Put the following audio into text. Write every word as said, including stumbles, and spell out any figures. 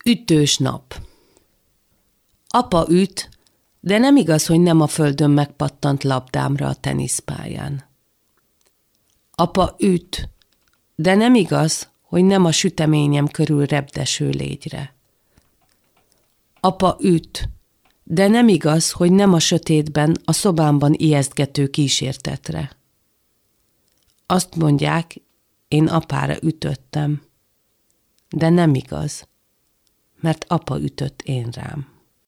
Ütős nap. Apa üt, de nem igaz, hogy nem a földön megpattant labdámra a teniszpályán. Apa üt, de nem igaz, hogy nem a süteményem körül repdeső légyre. Apa üt, de nem igaz, hogy nem a sötétben, a szobámban ijesztgető kísértetre. Azt mondják, én apára ütöttem, de nem igaz, mert apa ütött én rám.